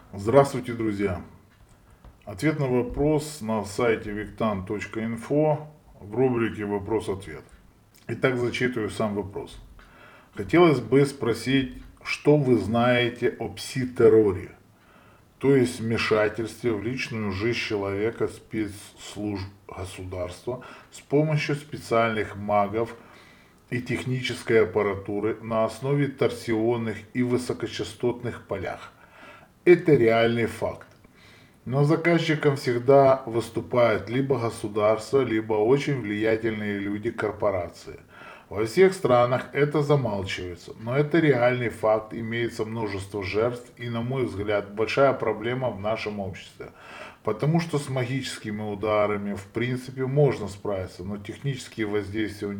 Здравствуйте, друзья! Ответ на вопрос на сайте victan.info в рубрике «Вопрос-ответ». Итак, зачитываю сам вопрос. Хотелось бы спросить, что вы знаете о пси-терроре, то есть вмешательстве в личную жизнь человека спецслужб государства с помощью специальных магов и технической аппаратуры на основе торсионных и высокочастотных полях. Это реальный факт. Но заказчиком всегда выступают либо государства, либо очень влиятельные люди корпорации. Во всех странах это замалчивается, но это реальный факт, имеется множество жертв и, на мой взгляд, большая проблема в нашем обществе. Потому что с магическими ударами в принципе можно справиться, но технические воздействия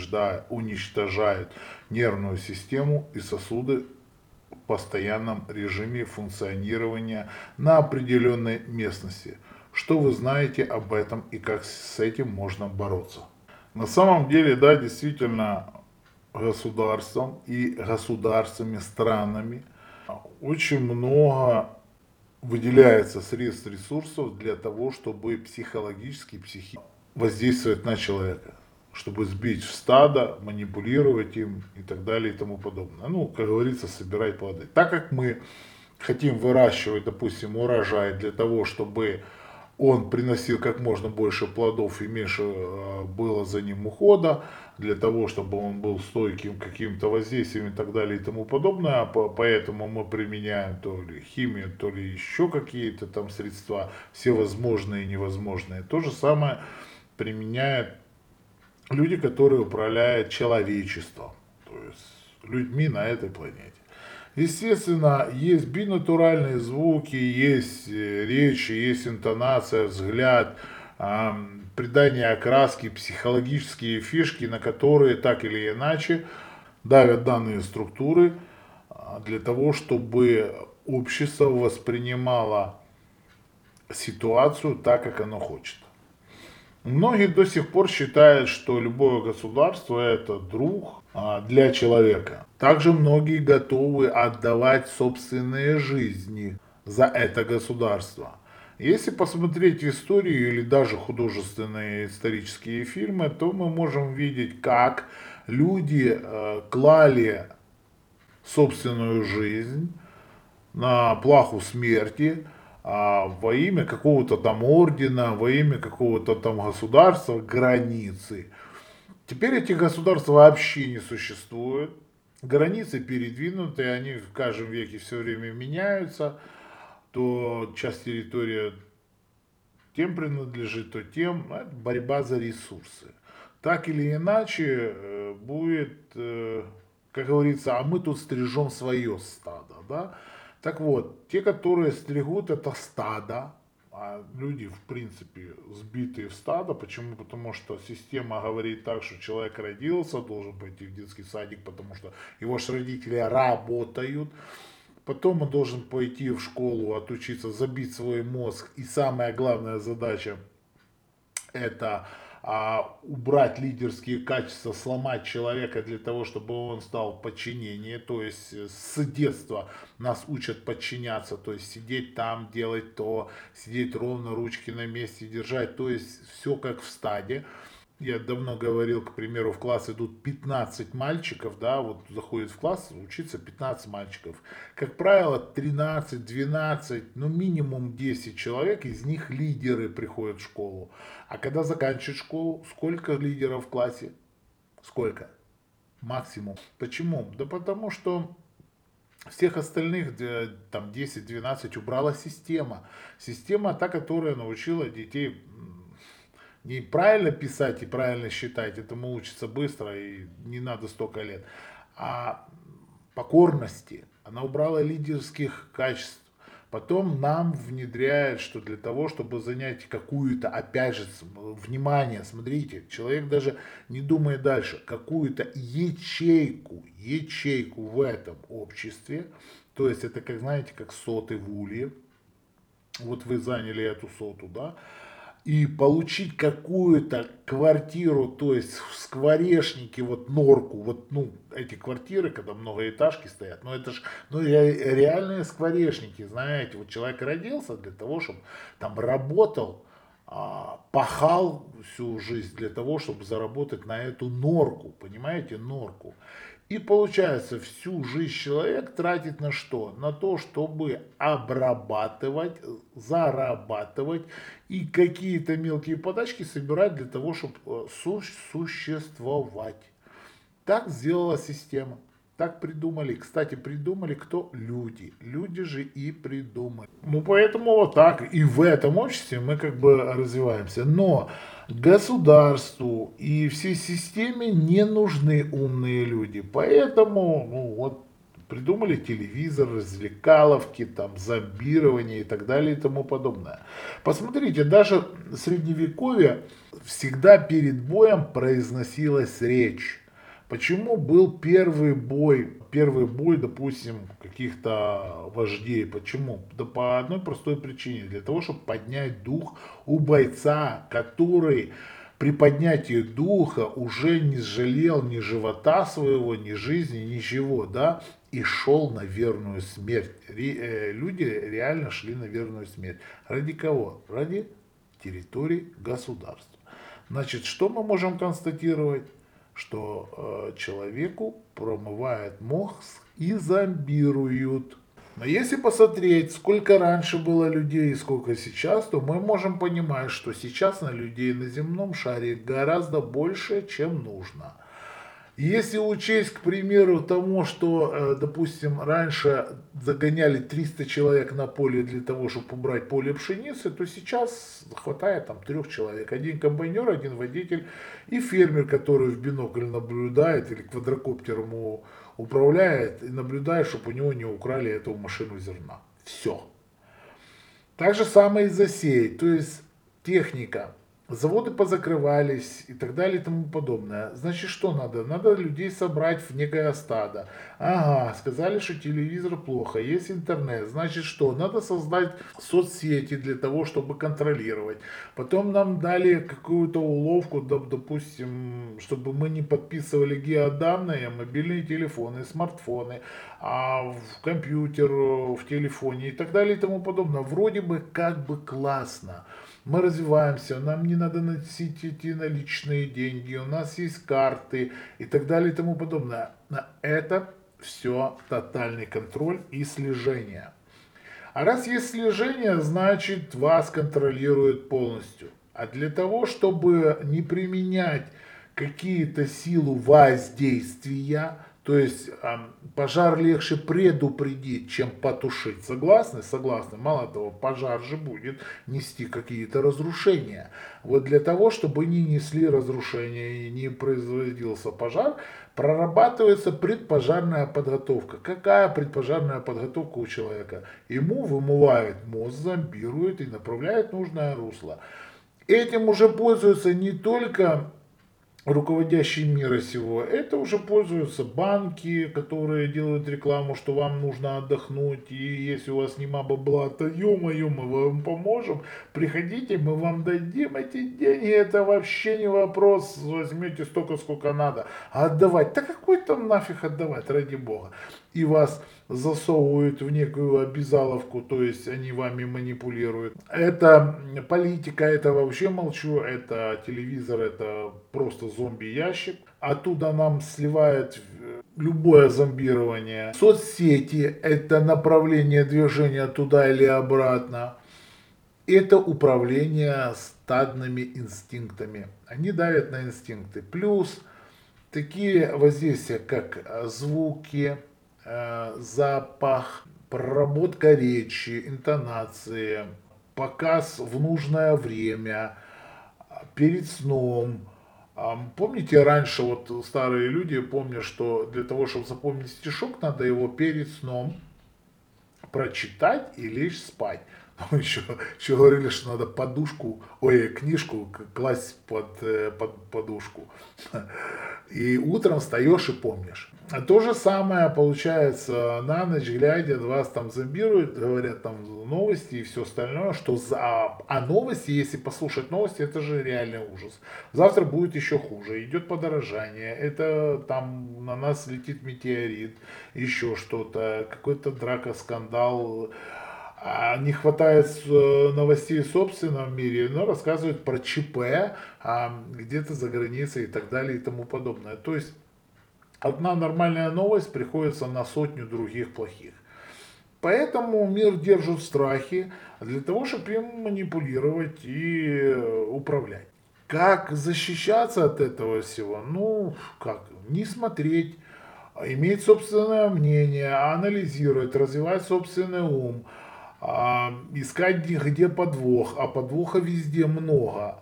уничтожают нервную систему и сосуды постоянном режиме функционирования на определенной местности. Что вы знаете об этом и как с этим можно бороться? На самом деле, да, действительно, государством и государствами, странами очень много выделяется средств, ресурсов для того, чтобы психологически, психически воздействовать на человека, чтобы сбить в стадо, манипулировать им и так далее и тому подобное. Ну, как говорится, собирать плоды. Так как мы хотим выращивать, допустим, урожай для того, чтобы он приносил как можно больше плодов и меньше было за ним ухода, для того, чтобы он был стойким к каким-то воздействиям и так далее и тому подобное. Поэтому мы применяем то ли химию, то ли еще какие-то там средства, все возможные и невозможные. То же самое применяют люди, которые управляют человечеством, то есть людьми на этой планете. Естественно, есть бинатуральные звуки, есть речь, есть интонация, взгляд, придание окраски, психологические фишки, на которые так или иначе давят данные структуры для того, чтобы общество воспринимало ситуацию так, как оно хочет. Многие до сих пор считают, что любое государство это друг для человека. Также многие готовы отдавать собственные жизни за это государство. Если посмотреть историю или даже художественные исторические фильмы, то мы можем видеть, как люди клали собственную жизнь на плаху смерти во имя какого-то там ордена, во имя какого-то там государства, границы. Теперь эти государства вообще не существуют. Границы передвинуты, они в каждом веке все время меняются. То часть территории тем принадлежит, то тем. Это борьба за ресурсы. Так или иначе будет, как говорится, а мы тут стрижем свое стадо, да? Так вот, те, которые стригут это стадо, а люди, в принципе, сбитые в стадо. Почему? Потому что система говорит так, что человек родился, должен пойти в детский садик, потому что его же родители работают. Потом он должен пойти в школу, отучиться, забить свой мозг. И самая главная задача это убрать лидерские качества, сломать человека для того, чтобы он стал в подчинении. То есть с детства нас учат подчиняться, то есть сидеть там, делать то, сидеть ровно, ручки на месте держать. То есть все как в стаде. Я давно говорил, к примеру, в класс идут 15 мальчиков, да, вот заходит в класс, учиться 15 мальчиков. Как правило, 13, 12, ну минимум 10 человек, из них лидеры приходят в школу. А когда заканчивают школу, сколько лидеров в классе? Сколько? Максимум. Почему? Да потому что всех остальных, там 10-12 убрала система. Система та, которая научила детей не правильно писать и правильно считать, этому учится быстро и не надо столько лет, а покорности. Она убрала лидерских качеств. Потом нам внедряют, что для того, чтобы занять какую-то, опять же, внимание, смотрите, человек даже не думает дальше, какую-то ячейку в этом обществе, то есть это, как знаете, как соты в улье, вот вы заняли эту соту, да, и получить какую-то квартиру, то есть в скворечнике, вот норку, вот, ну, эти квартиры, когда многоэтажки стоят, ну, это ж, ну, реальные скворечники, знаете, вот человек родился для того, чтобы там работал, пахал всю жизнь для того, чтобы заработать на эту норку, понимаете, норку. И получается, всю жизнь человек тратит на что? На то, чтобы обрабатывать, зарабатывать и какие-то мелкие подачки собирать для того, чтобы существовать. Так сделала система. Так придумали. Кстати, придумали кто? Люди. Люди же и придумали. Ну, поэтому вот так. И в этом обществе мы как бы развиваемся. Но государству и всей системе не нужны умные люди. Поэтому, ну, вот придумали телевизор, развлекаловки, там, зомбирование и так далее и тому подобное. Посмотрите, даже в средневековье всегда перед боем произносилась речь. Почему был первый бой, допустим, каких-то вождей? Почему? Да по одной простой причине. Для того, чтобы поднять дух у бойца, который при поднятии духа уже не жалел ни живота своего, ни жизни, ничего, да, и шел на верную смерть. Люди реально шли на верную смерть. Ради кого? Ради территории государства. Значит, что мы можем констатировать? Что человеку промывает мозг и зомбируют. Но если посмотреть, сколько раньше было людей и сколько сейчас, то мы можем понимать, что сейчас на людей на земном шаре гораздо больше, чем нужно. Если учесть, к примеру, тому, что, допустим, раньше загоняли 300 человек на поле для того, чтобы убрать поле пшеницы, то сейчас хватает там 3 человек. Один комбайнер, один водитель и фермер, который в бинокль наблюдает или квадрокоптером управляет и наблюдает, чтобы у него не украли эту машину зерна. Все. Так же самое и засеять, то есть техника. Заводы позакрывались и так далее и тому подобное. Значит, что надо? Надо людей собрать в некое стадо. Ага, сказали, что телевизор плохо, есть интернет. Значит, что? Надо создать соцсети для того, чтобы контролировать. Потом нам дали какую-то уловку, допустим, чтобы мы не подписывали геоданные, мобильные телефоны, смартфоны, в компьютер, в телефоне и так далее и тому подобное. Вроде бы как бы классно. Мы развиваемся, нам не надо носить эти наличные деньги, у нас есть карты и так далее и тому подобное. Это все тотальный контроль и слежение. А раз есть слежение, значит вас контролируют полностью. А для того, чтобы не применять какие-то силу воздействия, то есть пожар легче предупредить, чем потушить. Согласны? Согласны. Мало того, пожар же будет нести какие-то разрушения. Вот для того, чтобы не несли разрушения и не производился пожар, прорабатывается предпожарная подготовка. Какая предпожарная подготовка у человека? Ему вымывают мозг, зомбируют и направляют в нужное русло. Этим уже пользуются не только руководящие мира сего, это уже пользуются банки, которые делают рекламу, что вам нужно отдохнуть, и если у вас нема бабла, то ё-моё, мы вам поможем, приходите, мы вам дадим эти деньги, это вообще не вопрос, возьмете столько, сколько надо, а отдавать, да какой там нафиг отдавать, ради бога, и вас засовывают в некую обязаловку, то есть они вами манипулируют. Это политика, это вообще молчу, это телевизор, это просто зомби-ящик. Оттуда нам сливает любое зомбирование. Соцсети – это направление движения туда или обратно. Это управление стадными инстинктами. Они давят на инстинкты. Плюс такие воздействия, как звуки, запах, проработка речи, интонации, показ в нужное время, перед сном. Помните, раньше вот старые люди помнят, что для того, чтобы запомнить стишок, надо его перед сном прочитать и лечь спать. Ну, еще говорили, что надо подушку, ой, книжку класть под подушку. И утром встаешь и помнишь. А то же самое получается на ночь глядя, вас там зомбируют, говорят там новости и все остальное, что а новости, если послушать новости, это же реальный ужас. Завтра будет еще хуже, идет подорожание, это там на нас летит метеорит, еще что-то, какой-то драка, скандал, не хватает новостей в собственном мире, но рассказывают про ЧП где-то за границей и так далее и тому подобное. То есть одна нормальная новость приходится на сотню других плохих. Поэтому мир держит в страхе для того, чтобы им манипулировать и управлять. Как защищаться от этого всего? Ну, как? Не смотреть, иметь собственное мнение, анализировать, развивать собственный ум, искать где подвох, а подвоха везде много.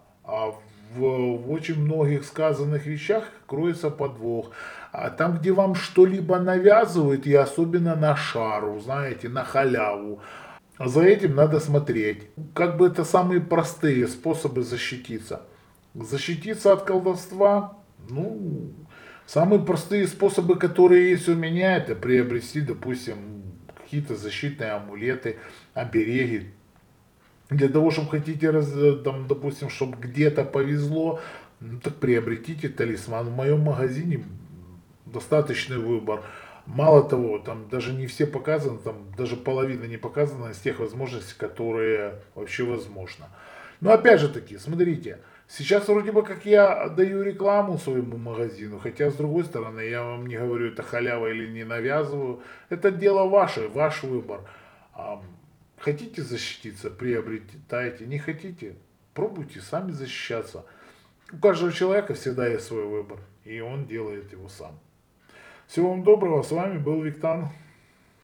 В очень многих сказанных вещах кроется подвох. А там, где вам что-либо навязывают, и особенно на шару, знаете, на халяву, за этим надо смотреть. Как бы это самые простые способы защититься. Защититься от колдовства, ну, самые простые способы, которые есть у меня, это приобрести, допустим, какие-то защитные амулеты, обереги. Для того, чтобы хотите, там, допустим, чтобы где-то повезло, ну, так приобретите талисман. В моем магазине достаточный выбор. Мало того, там даже не все показаны, там даже половина не показана из тех возможностей, которые вообще возможно. Но опять же таки, смотрите, сейчас вроде бы как я даю рекламу своему магазину, хотя с другой стороны я вам не говорю, это халява или не навязываю. Это дело ваше, ваш выбор. Хотите защититься, приобретайте, не хотите, пробуйте сами защищаться. У каждого человека всегда есть свой выбор, и он делает его сам. Всего вам доброго, с вами был Виктан.